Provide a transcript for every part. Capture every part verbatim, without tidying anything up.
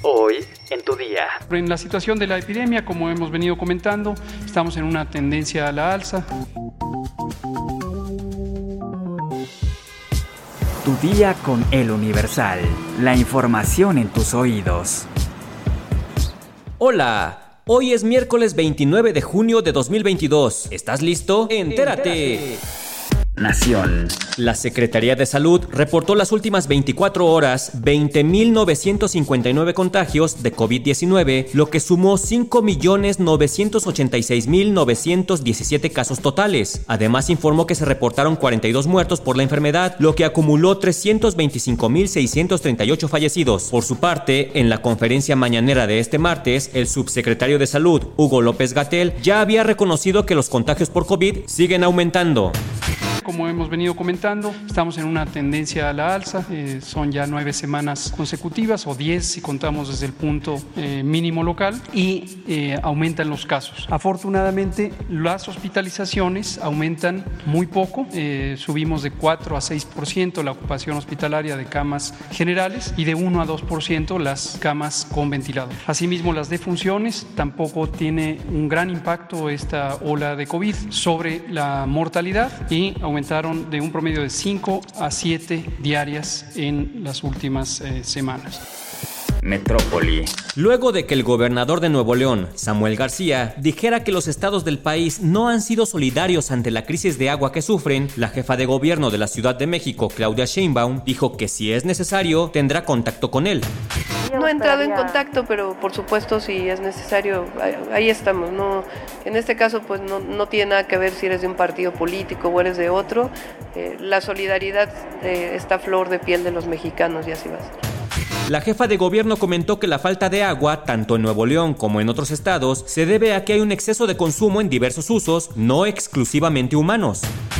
Hoy en tu día. En la situación de la epidemia, como hemos venido comentando, estamos en una tendencia a la alza. Tu día con El Universal. La información en tus oídos. Hola, hoy es miércoles veintinueve de junio de dos mil veintidós. ¿Estás listo? ¡Entérate! Nación. La Secretaría de Salud reportó las últimas veinticuatro horas veinte mil novecientos cincuenta y nueve contagios de covid diecinueve, lo que sumó cinco millones novecientos ochenta y seis mil novecientos diecisiete casos totales. Además informó que se reportaron cuarenta y dos muertos por la enfermedad, lo que acumuló trescientos veinticinco mil seiscientos treinta y ocho fallecidos. Por su parte, en la conferencia mañanera de este martes, el subsecretario de Salud, Hugo López-Gatell, ya había reconocido que los contagios por COVID siguen aumentando. Como hemos venido comentando, estamos en una tendencia a la alza. Eh, son ya nueve semanas consecutivas, o diez si contamos desde el punto eh, mínimo local, y eh, aumentan los casos. Afortunadamente, las hospitalizaciones aumentan muy poco. Eh, subimos de cuatro a seis por ciento la ocupación hospitalaria de camas generales y de uno a dos por ciento las camas con ventilador. Asimismo, las defunciones tampoco tiene un gran impacto esta ola de COVID sobre la mortalidad, y aumentaron de un promedio de cinco a siete diarias en las últimas eh, semanas. Metrópoli. Luego de que el gobernador de Nuevo León, Samuel García, dijera que los estados del país no han sido solidarios ante la crisis de agua que sufren, la jefa de gobierno de la Ciudad de México, Claudia Sheinbaum, dijo que si es necesario, tendrá contacto con él. No he entrado en contacto, pero por supuesto si es necesario, ahí estamos. No, en este caso pues no, no tiene nada que ver si eres de un partido político o eres de otro. Eh, la solidaridad eh, está a flor de piel de los mexicanos, y así va a ser. La jefa de gobierno comentó que la falta de agua, tanto en Nuevo León como en otros estados, se debe a que hay un exceso de consumo en diversos usos, no exclusivamente humanos.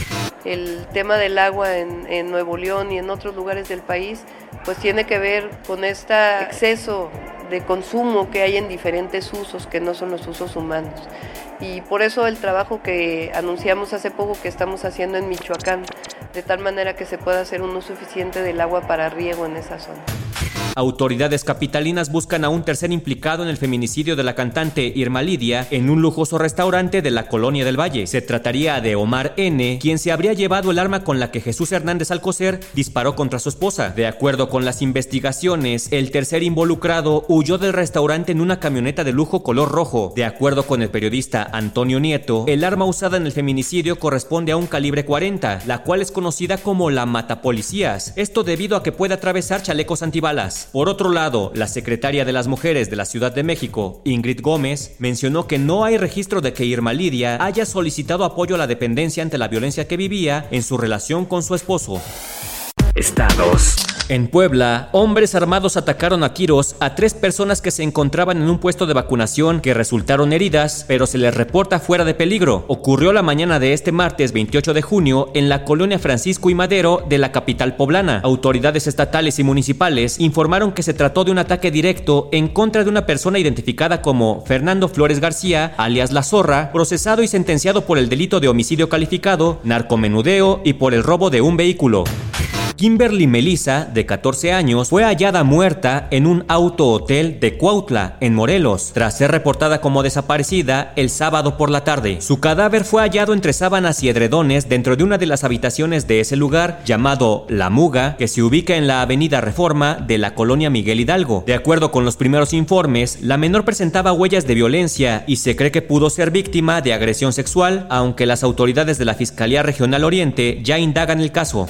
El tema del agua en, en Nuevo León y en otros lugares del país pues tiene que ver con este exceso de consumo que hay en diferentes usos que no son los usos humanos. Y por eso el trabajo que anunciamos hace poco que estamos haciendo en Michoacán, de tal manera que se pueda hacer un uso eficiente del agua para riego en esa zona. Autoridades capitalinas buscan a un tercer implicado en el feminicidio de la cantante Irma Lidia en un lujoso restaurante de la Colonia del Valle. Se trataría de Omar N., quien se habría llevado el arma con la que Jesús Hernández Alcocer disparó contra su esposa. De acuerdo con las investigaciones, el tercer involucrado huyó del restaurante en una camioneta de lujo color rojo. De acuerdo con el periodista Antonio Nieto, el arma usada en el feminicidio corresponde a un calibre cuarenta, la cual es conocida como la matapolicías. Esto debido a que puede atravesar chalecos antibalas. Por otro lado, la secretaria de las Mujeres de la Ciudad de México, Ingrid Gómez, mencionó que no hay registro de que Irma Lidia haya solicitado apoyo a la dependencia ante la violencia que vivía en su relación con su esposo. Estados. En Puebla, hombres armados atacaron a tiros a tres personas que se encontraban en un puesto de vacunación que resultaron heridas, pero se les reporta fuera de peligro. Ocurrió la mañana de este martes veintiocho de junio en la colonia Francisco y Madero de la capital poblana. Autoridades estatales y municipales informaron que se trató de un ataque directo en contra de una persona identificada como Fernando Flores García, alias La Zorra, procesado y sentenciado por el delito de homicidio calificado, narcomenudeo y por el robo de un vehículo. Kimberly Melissa, de catorce años, fue hallada muerta en un auto-hotel de Cuautla, en Morelos, tras ser reportada como desaparecida el sábado por la tarde. Su cadáver fue hallado entre sábanas y edredones dentro de una de las habitaciones de ese lugar, llamado La Muga, que se ubica en la avenida Reforma de la colonia Miguel Hidalgo. De acuerdo con los primeros informes, la menor presentaba huellas de violencia y se cree que pudo ser víctima de agresión sexual, aunque las autoridades de la Fiscalía Regional Oriente ya indagan el caso.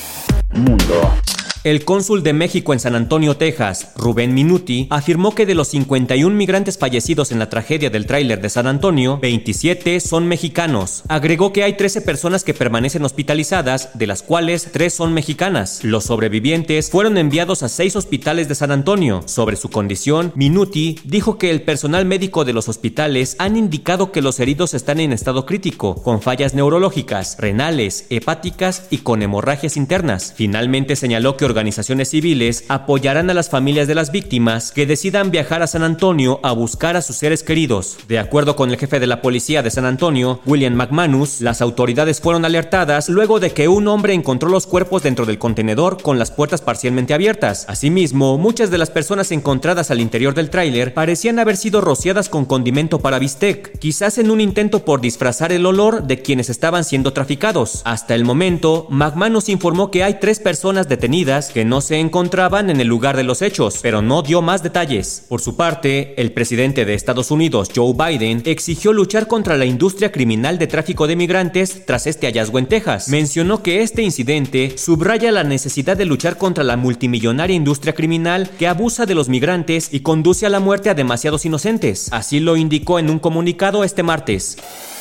Mundo. El cónsul de México en San Antonio, Texas, Rubén Minuti, afirmó que de los cincuenta y un migrantes fallecidos en la tragedia del tráiler de San Antonio, veintisiete son mexicanos. Agregó que hay trece personas que permanecen hospitalizadas, de las cuales tres son mexicanas. Los sobrevivientes fueron enviados a seis hospitales de San Antonio. Sobre su condición, Minuti dijo que el personal médico de los hospitales han indicado que los heridos están en estado crítico, con fallas neurológicas, renales, hepáticas y con hemorragias internas. Finalmente señaló que organizaciones civiles apoyarán a las familias de las víctimas que decidan viajar a San Antonio a buscar a sus seres queridos. De acuerdo con el jefe de la policía de San Antonio, William McManus, las autoridades fueron alertadas luego de que un hombre encontró los cuerpos dentro del contenedor con las puertas parcialmente abiertas. Asimismo, muchas de las personas encontradas al interior del tráiler parecían haber sido rociadas con condimento para bistec, quizás en un intento por disfrazar el olor de quienes estaban siendo traficados. Hasta el momento, McManus informó que hay tres personas detenidas que no se encontraban en el lugar de los hechos, pero no dio más detalles. Por su parte, el presidente de Estados Unidos, Joe Biden, exigió luchar contra la industria criminal de tráfico de migrantes tras este hallazgo en Texas. Mencionó que este incidente subraya la necesidad de luchar contra la multimillonaria industria criminal que abusa de los migrantes y conduce a la muerte a demasiados inocentes. Así lo indicó en un comunicado este martes.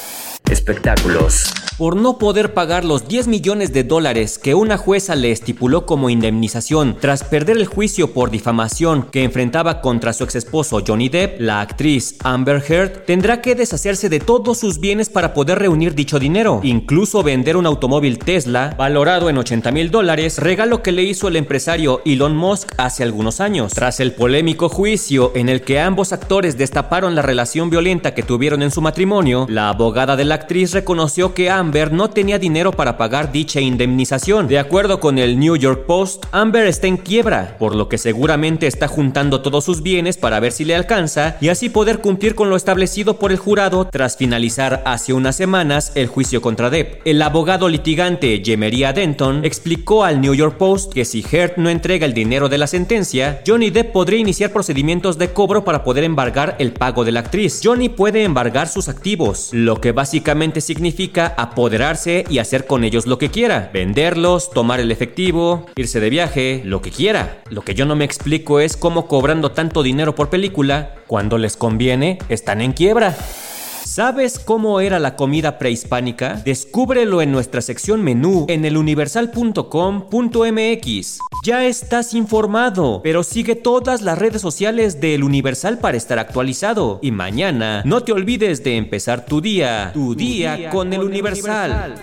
Espectáculos. Por no poder pagar los diez millones de dólares que una jueza le estipuló como indemnización tras perder el juicio por difamación que enfrentaba contra su exesposo Johnny Depp, la actriz Amber Heard tendrá que deshacerse de todos sus bienes para poder reunir dicho dinero, incluso vender un automóvil Tesla valorado en ochenta mil dólares, regalo que le hizo el empresario Elon Musk hace algunos años. Tras el polémico juicio en el que ambos actores destaparon la relación violenta que tuvieron en su matrimonio, la abogada de la actriz reconoció que Amber Amber no tenía dinero para pagar dicha indemnización. De acuerdo con el New York Post, Amber está en quiebra, por lo que seguramente está juntando todos sus bienes para ver si le alcanza y así poder cumplir con lo establecido por el jurado tras finalizar hace unas semanas el juicio contra Depp. El abogado litigante Jemeria Denton explicó al New York Post que si Heard no entrega el dinero de la sentencia, Johnny Depp podría iniciar procedimientos de cobro para poder embargar el pago de la actriz. Johnny puede embargar sus activos, lo que básicamente significa apoderarse y hacer con ellos lo que quiera, venderlos, tomar el efectivo, irse de viaje, lo que quiera. Lo que yo no me explico es cómo cobrando tanto dinero por película, cuando les conviene, están en quiebra. ¿Sabes cómo era la comida prehispánica? Descúbrelo en nuestra sección menú en el universal punto com punto m x. Ya estás informado, pero sigue todas las redes sociales de El Universal para estar actualizado. Y mañana no te olvides de empezar tu día, tu, tu día, día con, con El Universal. Universal.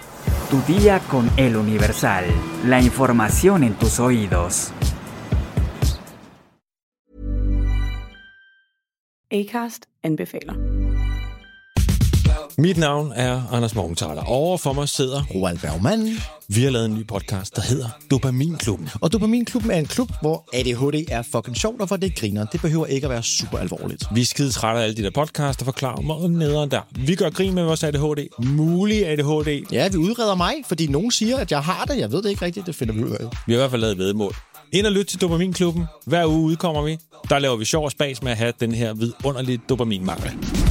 Tu día con El Universal. La información en tus oídos. Acast anbefaler. Mit navn er Anders Morgenthaler. Overfor mig sidder Roald Bergmann. Vi har lavet en ny podcast, der hedder Dopaminklubben. Og Dopaminklubben er en klub, hvor A D H D er fucking sjovt, og hvor det griner. Det behøver ikke at være super alvorligt. Vi er skide trætte af alle de der podcasts, der forklarer mig nederen der. Vi gør grin med vores A D H D. Mulig A D H D. Ja, vi udreder mig, fordi nogen siger, at jeg har det. Jeg ved det ikke rigtigt, det finder vi ud af. Vi har i hvert fald lavet vedmål. Ind og lyt til Dopaminklubben. Hver uge udkommer vi. Der laver vi sjov og spas med at have den her vidunderlige dopaminmangel.